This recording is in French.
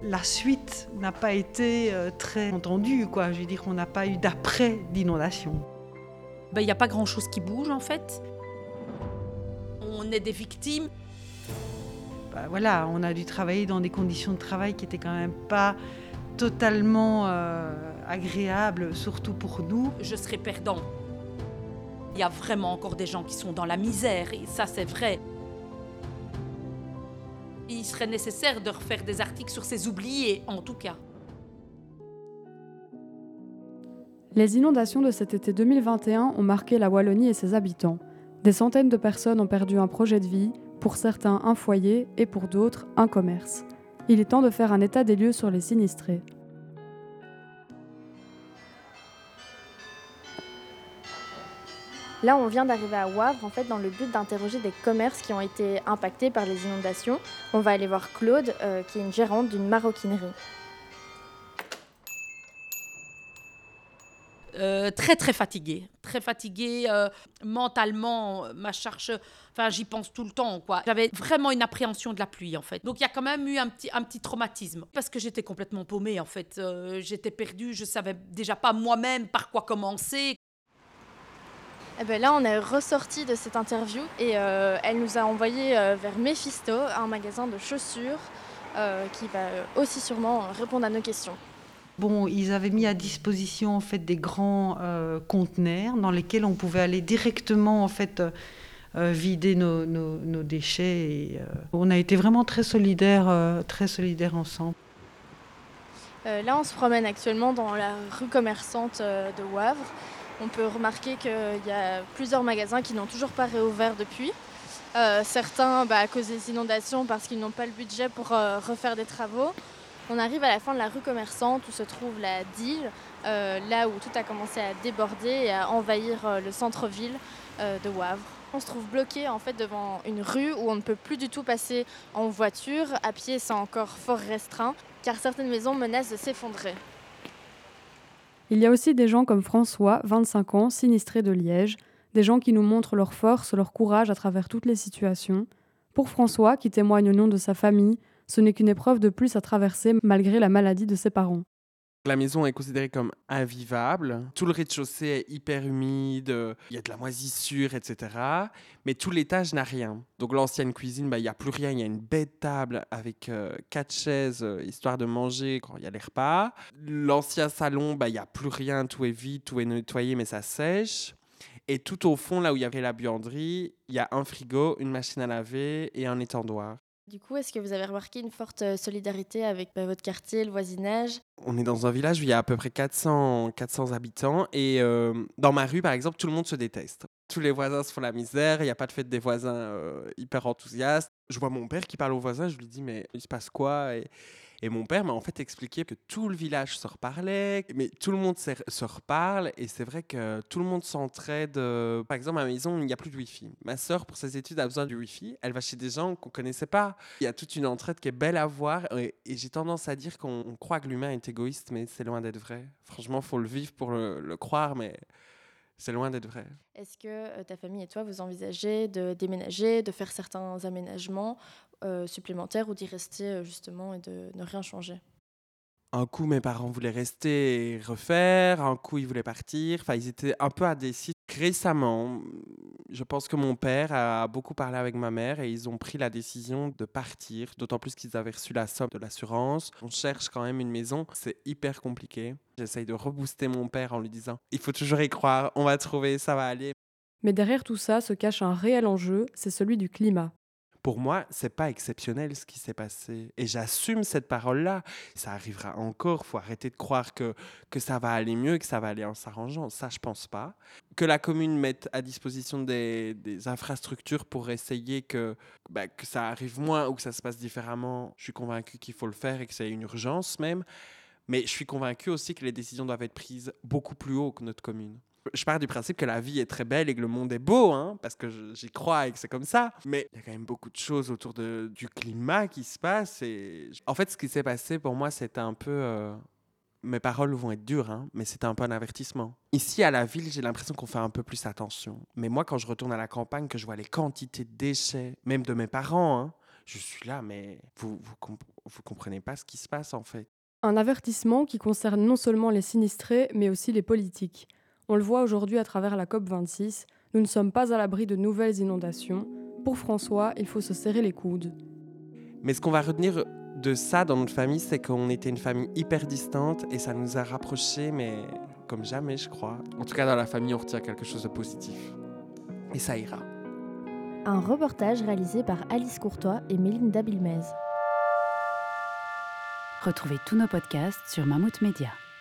La suite n'a pas été très entendue, quoi. Je veux dire, on n'a pas eu d'après d'inondation. Il n'y a pas grand-chose qui bouge en fait. On est des victimes. Bah, voilà, on a dû travailler dans des conditions de travail qui étaient quand même pas totalement agréables, surtout pour nous. Je serai perdant. Il y a vraiment encore des gens qui sont dans la misère, et ça c'est vrai. Il serait nécessaire de refaire des articles sur ces oubliés, en tout cas. Les inondations de cet été 2021 ont marqué la Wallonie et ses habitants. Des centaines de personnes ont perdu un projet de vie, pour certains un foyer et pour d'autres un commerce. Il est temps de faire un état des lieux sur les sinistrés. Là, on vient d'arriver à Wavre, en fait, dans le but d'interroger des commerces qui ont été impactés par les inondations. On va aller voir Claude, qui est une gérante d'une maroquinerie. Très très fatiguée, mentalement, ma charge, enfin j'y pense tout le temps quoi. J'avais vraiment une appréhension de la pluie en fait. Donc il y a quand même eu un petit traumatisme parce que j'étais complètement paumée en fait. J'étais perdue, je savais déjà pas moi-même par quoi commencer. Et ben là, on est ressorti de cette interview et elle nous a envoyé vers Mephisto, un magasin de chaussures qui va aussi sûrement répondre à nos questions. Bon, ils avaient mis à disposition en fait des grands conteneurs dans lesquels on pouvait aller directement en fait vider nos déchets. Et, on a été vraiment très solidaires ensemble. Là, on se promène actuellement dans la rue commerçante de Wavre. On peut remarquer qu'il y a plusieurs magasins qui n'ont toujours pas réouvert depuis. Certains à cause des inondations parce qu'ils n'ont pas le budget pour refaire des travaux. On arrive à la fin de la rue commerçante où se trouve la Dyle, là où tout a commencé à déborder et à envahir le centre-ville de Wavre. On se trouve bloqué en fait devant une rue où on ne peut plus du tout passer en voiture. À pied, c'est encore fort restreint car certaines maisons menacent de s'effondrer. Il y a aussi des gens comme François, 25 ans, sinistré de Liège, des gens qui nous montrent leur force, leur courage à travers toutes les situations. Pour François, qui témoigne au nom de sa famille, ce n'est qu'une épreuve de plus à traverser malgré la maladie de ses parents. La maison est considérée comme invivable. Tout le rez-de-chaussée est hyper humide, il y a de la moisissure, etc. Mais tout l'étage n'a rien. Donc l'ancienne cuisine, il n'y a plus rien. Il y a une belle table avec 4 chaises, histoire de manger quand il y a les repas. L'ancien salon, il n'y a plus rien. Tout est vide, tout est nettoyé, mais ça sèche. Et tout au fond, là où il y avait la buanderie, il y a un frigo, une machine à laver et un étendoir. Du coup, est-ce que vous avez remarqué une forte solidarité avec votre quartier, le voisinage ? On est dans un village où il y a à peu près 400 habitants et dans ma rue, par exemple, tout le monde se déteste. Tous les voisins se font la misère, il n'y a pas de fête des voisins hyper enthousiastes. Je vois mon père qui parle aux voisins, je lui dis mais il se passe quoi et mon père m'a en fait expliqué que tout le village se reparlait, mais tout le monde se reparle et c'est vrai que tout le monde s'entraide. Par exemple, à ma maison, il n'y a plus de Wi-Fi. Ma sœur, pour ses études, a besoin du Wi-Fi. Elle va chez des gens qu'on ne connaissait pas. Il y a toute une entraide qui est belle à voir et j'ai tendance à dire qu'on croit que l'humain est égoïste, mais c'est loin d'être vrai. Franchement, il faut le vivre pour le croire, mais c'est loin d'être vrai. Est-ce que ta famille et toi, vous envisagez de déménager, de faire certains aménagements supplémentaires ou d'y rester justement et de ne rien changer ? Un coup, mes parents voulaient rester et refaire. Un coup, ils voulaient partir. Enfin, ils étaient un peu indécis. Récemment, je pense que mon père a beaucoup parlé avec ma mère et ils ont pris la décision de partir, d'autant plus qu'ils avaient reçu la somme de l'assurance. On cherche quand même une maison. C'est hyper compliqué. J'essaye de rebooster mon père en lui disant « Il faut toujours y croire, on va trouver, ça va aller ». Mais derrière tout ça se cache un réel enjeu, c'est celui du climat. Pour moi, c'est pas exceptionnel ce qui s'est passé. Et j'assume cette parole-là. Ça arrivera encore. Il faut arrêter de croire que ça va aller mieux, que ça va aller en s'arrangeant. Ça, je pense pas. Que la commune mette à disposition des infrastructures pour essayer que ça arrive moins ou que ça se passe différemment, je suis convaincu qu'il faut le faire et que c'est une urgence même. Mais je suis convaincu aussi que les décisions doivent être prises beaucoup plus haut que notre commune. Je pars du principe que la vie est très belle et que le monde est beau, parce que j'y crois et que c'est comme ça. Mais il y a quand même beaucoup de choses autour du climat qui se passent. Et en fait, ce qui s'est passé pour moi, c'était un peu... Mes paroles vont être dures, mais c'était un peu un avertissement. Ici, à la ville, j'ai l'impression qu'on fait un peu plus attention. Mais moi, quand je retourne à la campagne, que je vois les quantités de déchets, même de mes parents, je suis là, mais vous comprenez pas ce qui se passe en fait. Un avertissement qui concerne non seulement les sinistrés, mais aussi les politiques. On le voit aujourd'hui à travers la COP26, nous ne sommes pas à l'abri de nouvelles inondations. Pour François, il faut se serrer les coudes. Mais ce qu'on va retenir de ça dans notre famille, c'est qu'on était une famille hyper distante et ça nous a rapprochés, mais comme jamais, je crois. En tout cas, dans la famille, on retient quelque chose de positif. Et ça ira. Un reportage réalisé par Alice Courtois et Mélinda Bilmez. Retrouvez tous nos podcasts sur Mammouth Media.